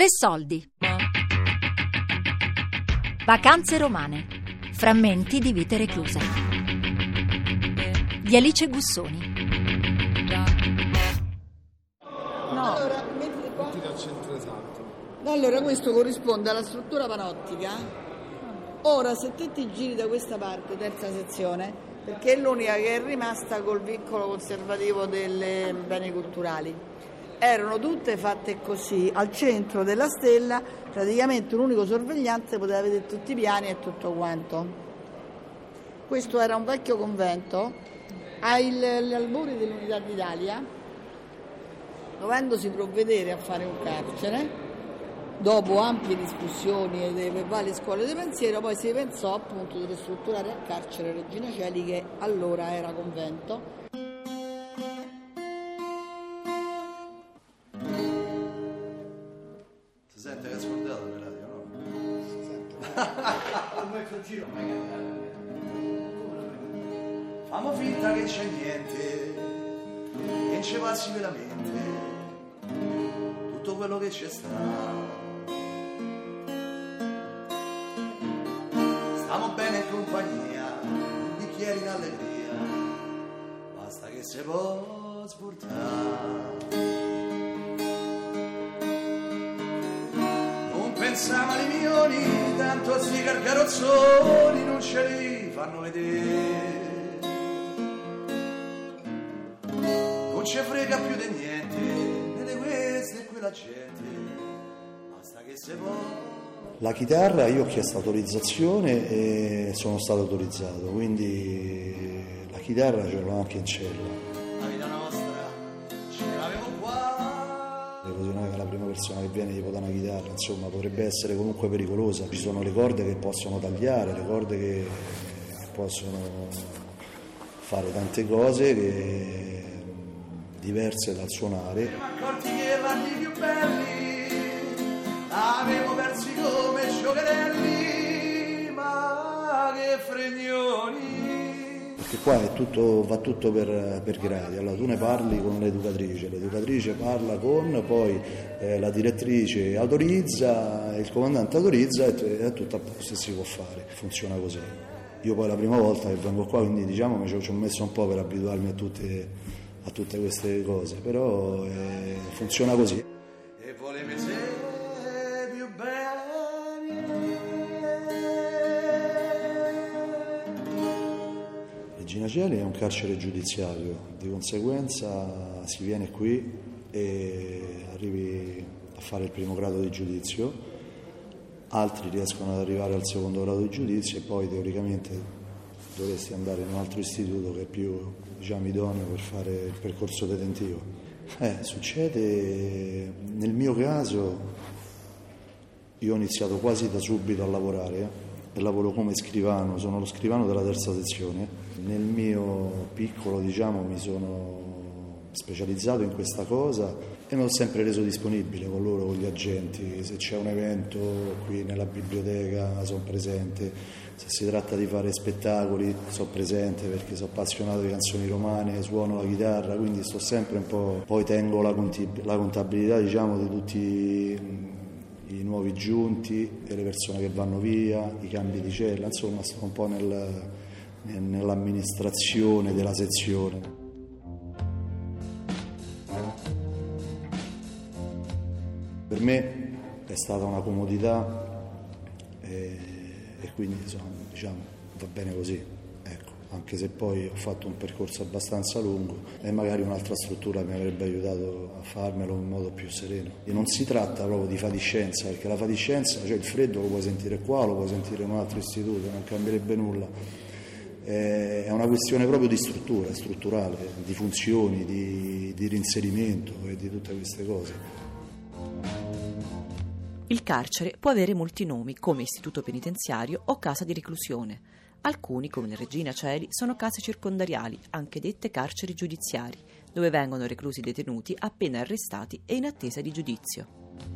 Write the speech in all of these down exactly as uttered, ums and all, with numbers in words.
Tre soldi. Vacanze romane. Frammenti di vite recluse. Di Alice Gussoni. No. Allora, metti qua. Al centro esatto. Allora, questo corrisponde alla struttura panottica. Ora, se te ti giri da questa parte, terza sezione, perché è l'unica che è rimasta col vincolo conservativo dei beni culturali. Erano tutte fatte così, al centro della stella praticamente un unico sorvegliante poteva vedere tutti i piani e tutto quanto. Questo era un vecchio convento agli albori dell'Unità d'Italia, dovendosi provvedere a fare un carcere, dopo ampie discussioni e delle varie scuole di pensiero, poi si pensò appunto di ristrutturare il carcere Regina Coeli, che allora era convento. Si sente che è sfondato per radio, no? Si sente. Fammo finta che c'è niente, che non ci passi veramente tutto quello che c'è stato. Stiamo bene in compagnia, un bicchiere in allegria, basta che si può sburtare. Pensiamo ai milioni, tanto a sti carcarozzoni non ce li fanno vedere. Non ci frega più di niente, né di questa e quella gente, basta che si può. La chitarra io ho chiesto autorizzazione e sono stato autorizzato, quindi la chitarra ce l'ho anche in cella. La vita nostra ce l'avevo qua. Così non è che la prima persona che viene gli può dare una chitarra, insomma potrebbe essere comunque pericolosa. Ci sono le corde che possono tagliare, le corde che possono fare tante cose che, diverse dal suonare. Ma accorti che l'anni più belli l'avevo persi come giocherelli, ma che fregnoni. Perché qua è tutto, va tutto per, per gradi. Allora tu ne parli con l'educatrice, l'educatrice parla con, poi eh, la direttrice autorizza, il comandante autorizza e è tutto a posto e si può fare, funziona così. Io poi la prima volta che vengo qua, quindi diciamo che ci ho messo un po' per abituarmi a tutte, a tutte queste cose, però eh, funziona così. E volevi essere più belli. Regina Coeli è un carcere giudiziario, di conseguenza si viene qui e arrivi a fare il primo grado di giudizio, altri riescono ad arrivare al secondo grado di giudizio e poi teoricamente dovresti andare in un altro istituto che è più, diciamo, idoneo per fare il percorso detentivo. Eh, succede, nel mio caso, io ho iniziato quasi da subito a lavorare, eh, e lavoro come scrivano, sono lo scrivano della terza sezione. Nel mio piccolo, diciamo, mi sono specializzato in questa cosa e mi ho sempre reso disponibile con loro, con gli agenti. Se c'è un evento qui nella biblioteca sono presente, se si tratta di fare spettacoli sono presente perché sono appassionato di canzoni romane, suono la chitarra, quindi sto sempre un po'. Poi tengo la, contib- la contabilità, diciamo, di tutti i nuovi giunti e le persone che vanno via, i cambi di cella, insomma sto un po' nel, nell'amministrazione della sezione. Per me è stata una comodità e, e quindi insomma, diciamo, va bene così, ecco, anche se poi ho fatto un percorso abbastanza lungo e magari un'altra struttura mi avrebbe aiutato a farmelo in modo più sereno. E non si tratta proprio di fatiscenza, perché la fatiscenza, cioè il freddo lo puoi sentire qua, lo puoi sentire in un altro istituto, non cambierebbe nulla. È una questione proprio di struttura, strutturale, di funzioni, di, di reinserimento e di tutte queste cose. Il carcere può avere molti nomi, come istituto penitenziario o casa di reclusione. Alcuni, come nel Regina Coeli, sono case circondariali, anche dette carceri giudiziari, dove vengono reclusi detenuti appena arrestati e in attesa di giudizio.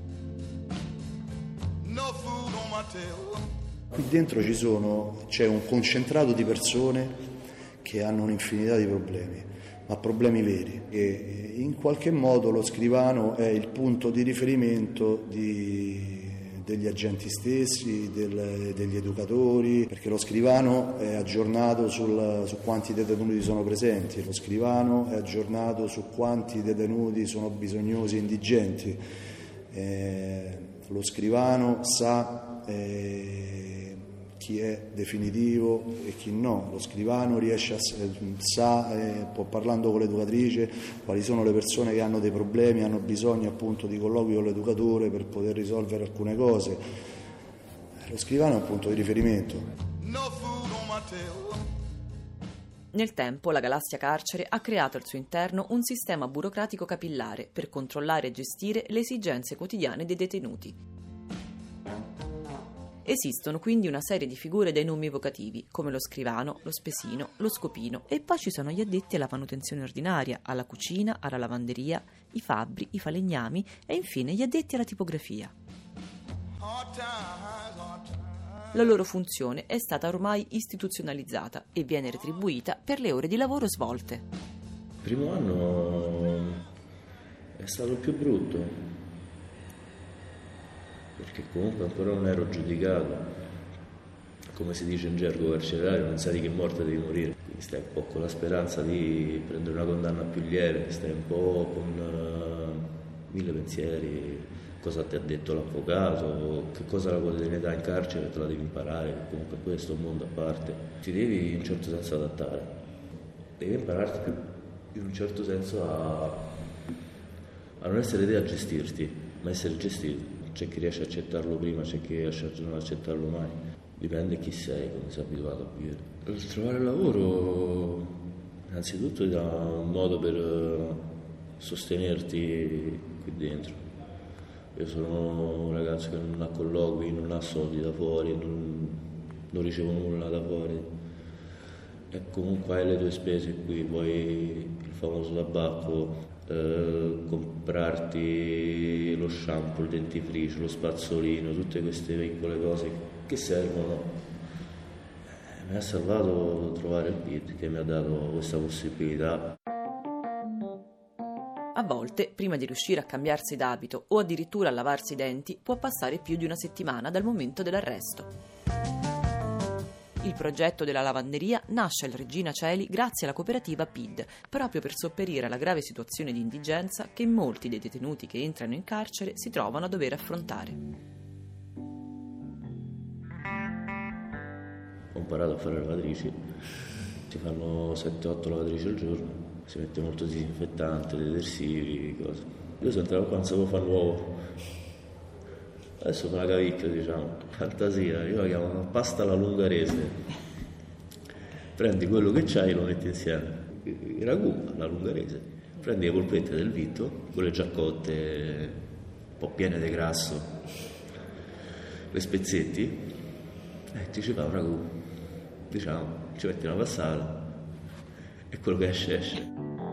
Qui dentro ci sono, c'è un concentrato di persone che hanno un'infinità di problemi. ma problemi veri. E in qualche modo lo scrivano è il punto di riferimento di, degli agenti stessi, del, degli educatori, perché lo scrivano è aggiornato sul, su quanti detenuti sono presenti, lo scrivano è aggiornato su quanti detenuti sono bisognosi e indigenti, eh, lo scrivano sa eh, chi è definitivo e chi no, lo scrivano riesce a, sa, eh, può parlando con l'educatrice quali sono le persone che hanno dei problemi, hanno bisogno appunto di colloqui con l'educatore per poter risolvere alcune cose. Lo scrivano è un punto di riferimento. Nel tempo la Galassia Carcere ha creato al suo interno un sistema burocratico capillare per controllare e gestire le esigenze quotidiane dei detenuti. Esistono quindi una serie di figure dai nomi evocativi, come lo scrivano, lo spesino, lo scopino, e poi ci sono gli addetti alla manutenzione ordinaria, alla cucina, alla lavanderia, i fabbri, i falegnami e infine gli addetti alla tipografia. La loro funzione è stata ormai istituzionalizzata e viene retribuita per le ore di lavoro svolte. Il primo anno è stato il più brutto, perché comunque ancora non ero giudicato, come si dice in gergo carcerario, non sai di che morte devi morire, quindi stai un po' con la speranza di prendere una condanna più lieve, stai un po' con uh, mille pensieri, cosa ti ha detto l'avvocato, che cosa la quotidianità in carcere te la devi imparare, comunque questo è un mondo a parte, ti devi in un certo senso adattare, devi impararti in un certo senso a, a non essere te a gestirti, ma essere gestito. C'è chi riesce a accettarlo prima, c'è chi riesce a non accettarlo mai. Dipende chi sei, come sei abituato a vivere. Per trovare lavoro, innanzitutto ti dà un modo per sostenerti qui dentro. Io sono un ragazzo che non ha colloqui, non ha soldi da fuori, non, non ricevo nulla da fuori. E comunque hai le tue spese qui, poi il famoso tabacco, Eh, comprarti lo shampoo, il dentifricio, lo spazzolino, tutte queste piccole cose che servono. Eh, mi ha salvato trovare il P I D che mi ha dato questa possibilità. A volte, prima di riuscire a cambiarsi d'abito o addirittura a lavarsi i denti, può passare più di una settimana dal momento dell'arresto. Il progetto della lavanderia nasce al Regina Coeli grazie alla cooperativa P I D, proprio per sopperire alla grave situazione di indigenza che molti dei detenuti che entrano in carcere si trovano a dover affrontare. Ho imparato a fare lavatrici, si fanno sette otto lavatrici al giorno, si mette molto disinfettante, detersivi, cose. Io sono entrato qua, non sapevo fare l'uovo. Adesso me la cavicchio, diciamo, fantasia, io la chiamo pasta alla lungarese. Prendi quello che c'hai e lo metti insieme. Il ragù alla lungarese. Prendi le polpette del vitto, quelle già cotte, un po' piene di grasso, le spezzetti, e ti ci fa un ragù. Diciamo, ci metti una passata e quello che esce esce.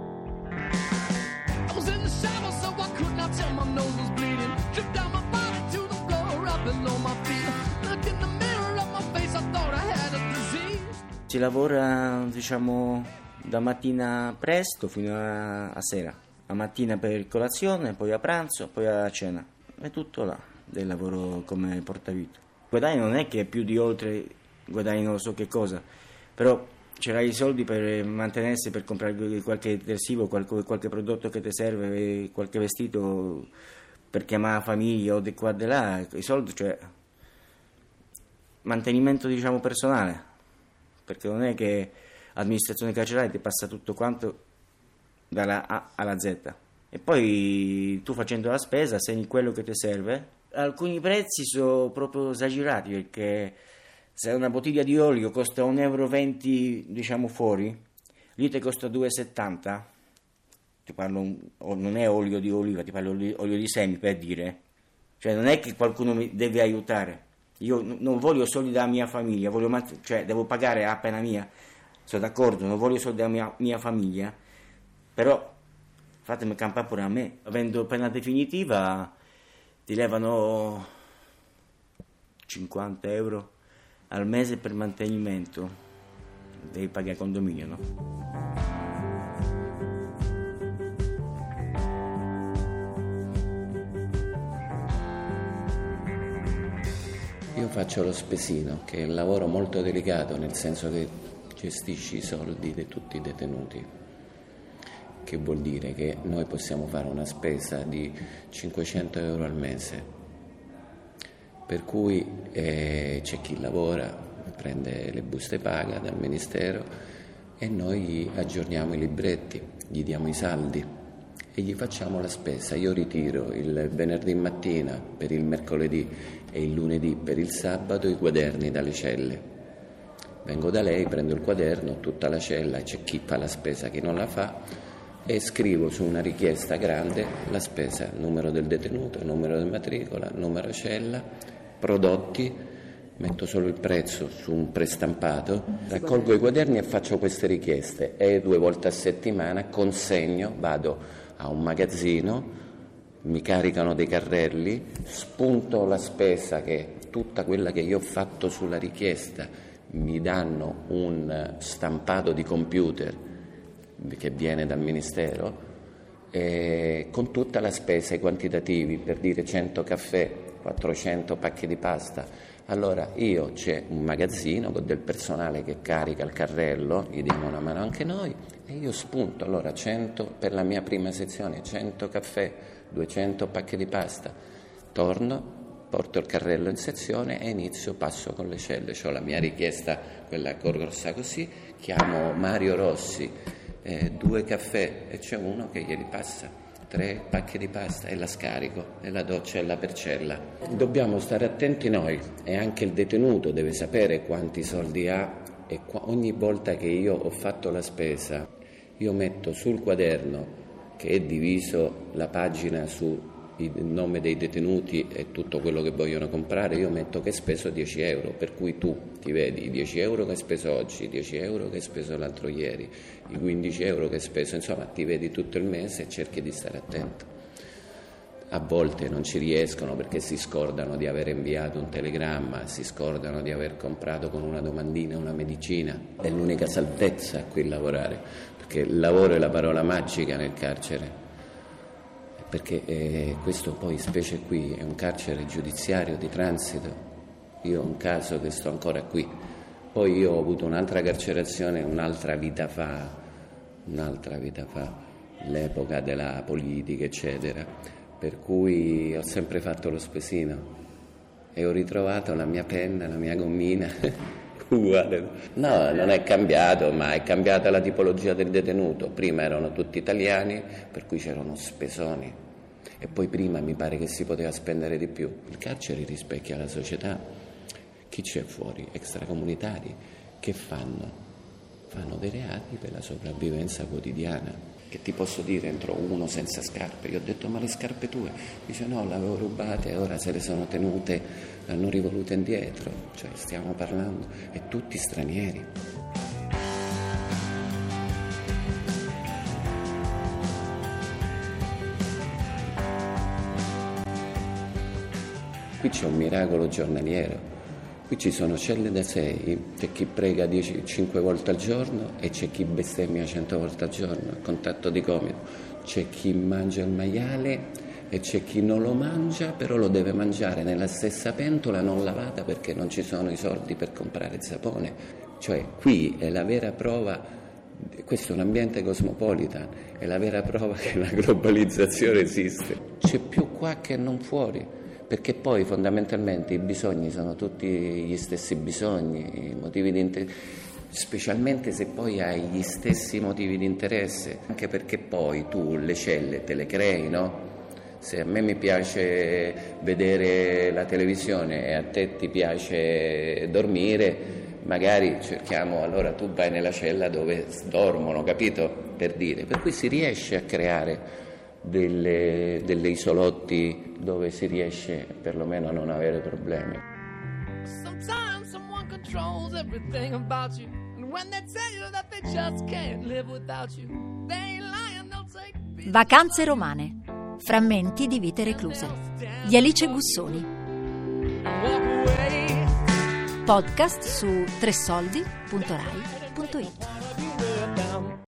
Si lavora, diciamo, da mattina presto fino a, a sera, a mattina per colazione, poi a pranzo, poi a cena, è tutto là del lavoro come portavita. Guadagni non è che più di oltre guadagni non so che cosa, però c'hai i soldi per mantenersi, per comprare qualche detersivo, qualche, qualche prodotto che ti serve, qualche vestito per chiamare la famiglia o di qua e di là, i soldi, cioè mantenimento, diciamo, personale. Perché non è che l'amministrazione carceraria ti passa tutto quanto dalla A alla Z e poi tu facendo la spesa segni quello che ti serve. Alcuni prezzi sono proprio esagerati, perché se una bottiglia di olio costa un euro e venti, diciamo, fuori, lì ti costa due e settanta. Ti parlo, non è olio di oliva, ti parlo di olio di semi, per dire. Cioè non è che qualcuno mi deve aiutare. Io non voglio soldi dalla mia famiglia, voglio mant- cioè devo pagare la pena mia, sono d'accordo, non voglio soldi dalla mia, mia famiglia, però fatemi campare pure a me. Avendo pena definitiva ti levano cinquanta euro al mese per mantenimento, devi pagare condominio, no? faccio lo spesino, che è un lavoro molto delicato, nel senso che gestisci i soldi di tutti i detenuti. Che vuol dire che noi possiamo fare una spesa di cinquecento euro al mese, per cui eh, c'è chi lavora, prende le buste paga dal Ministero e noi aggiorniamo i libretti, gli diamo i saldi e gli facciamo la spesa. Io ritiro il venerdì mattina per il mercoledì e il lunedì per il sabato i quaderni dalle celle. Vengo da lei, prendo il quaderno, tutta la cella, c'è chi fa la spesa, chi non la fa, e scrivo su una richiesta grande la spesa, numero del detenuto, numero di matricola, numero cella, prodotti, metto solo il prezzo su un prestampato, raccolgo i quaderni e faccio queste richieste e due volte a settimana consegno, vado a un magazzino, mi caricano dei carrelli, spunto la spesa, che tutta quella che io ho fatto sulla richiesta, mi danno un stampato di computer che viene dal Ministero eh, con tutta la spesa, i quantitativi, per dire cento caffè, quattrocento pacchi di pasta. Allora io c'è un magazzino con del personale che carica il carrello, gli diamo una mano anche noi e io spunto, allora cento per la mia prima sezione, cento caffè, duecento pacchi di pasta, torno, porto il carrello in sezione e inizio, passo con le celle, ho la mia richiesta, quella grossa così, chiamo Mario Rossi, eh, due caffè e c'è uno che glieli passa, tre pacchi di pasta e la scarico e la do cella per cella. Dobbiamo stare attenti noi e anche il detenuto deve sapere quanti soldi ha e qua, ogni volta che io ho fatto la spesa io metto sul quaderno, che è diviso la pagina su il nome dei detenuti e tutto quello che vogliono comprare, io metto che ho speso dieci euro, per cui tu ti vedi i dieci euro che hai speso oggi, i dieci euro che hai speso l'altro ieri, i quindici euro che hai speso, insomma ti vedi tutto il mese e cerchi di stare attento. A volte non ci riescono perché si scordano di aver inviato un telegramma, si scordano di aver comprato con una domandina una medicina, è l'unica salvezza a cui lavorare, perché il lavoro è la parola magica nel carcere. Perché eh, questo poi, specie qui, è un carcere giudiziario di transito. Io ho un caso che sto ancora qui. Poi io ho avuto un'altra carcerazione un'altra vita fa, un'altra vita fa, l'epoca della politica, eccetera. Per cui ho sempre fatto lo spesino e ho ritrovato la mia penna, la mia gommina, uguale. No, non è cambiato, ma è cambiata la tipologia del detenuto. Prima erano tutti italiani, per cui c'erano spesoni. E poi prima mi pare che si poteva spendere di più. Il carcere rispecchia la società. Chi c'è fuori? Extracomunitari. Che fanno? Fanno dei reati per la sopravvivenza quotidiana. Che ti posso dire, entrò uno senza scarpe. Io ho detto, ma le scarpe tue? Dice, no, le avevo rubate e ora se le sono tenute, le hanno rivolute indietro. Cioè, stiamo parlando, e tutti stranieri. Qui c'è un miracolo giornaliero. Qui ci sono celle da sei, c'è chi prega dieci, cinque volte al giorno e c'è chi bestemmia cento volte al giorno, a contatto di gomito. C'è chi mangia il maiale e c'è chi non lo mangia, però lo deve mangiare nella stessa pentola non lavata perché non ci sono i soldi per comprare il sapone. Cioè qui è la vera prova, questo è un ambiente cosmopolita, è la vera prova che la globalizzazione esiste. C'è più qua che non fuori. Perché poi fondamentalmente i bisogni sono tutti gli stessi bisogni, i motivi di interesse, specialmente se poi hai gli stessi motivi di interesse, anche perché poi tu le celle te le crei, no? Se a me mi piace vedere la televisione e a te ti piace dormire, magari cerchiamo, allora tu vai nella cella dove dormono, capito? Per dire, per cui si riesce a creare Delle, delle isolotti dove si riesce perlomeno a non avere problemi. Sometimes someone controls everything about you, and when they tell you that they just can't live without you, they ain't lying, they'll take it. Vacanze romane. Frammenti di vite recluse di Alice Gussoni. Podcast su tre soldi punto rai punto it.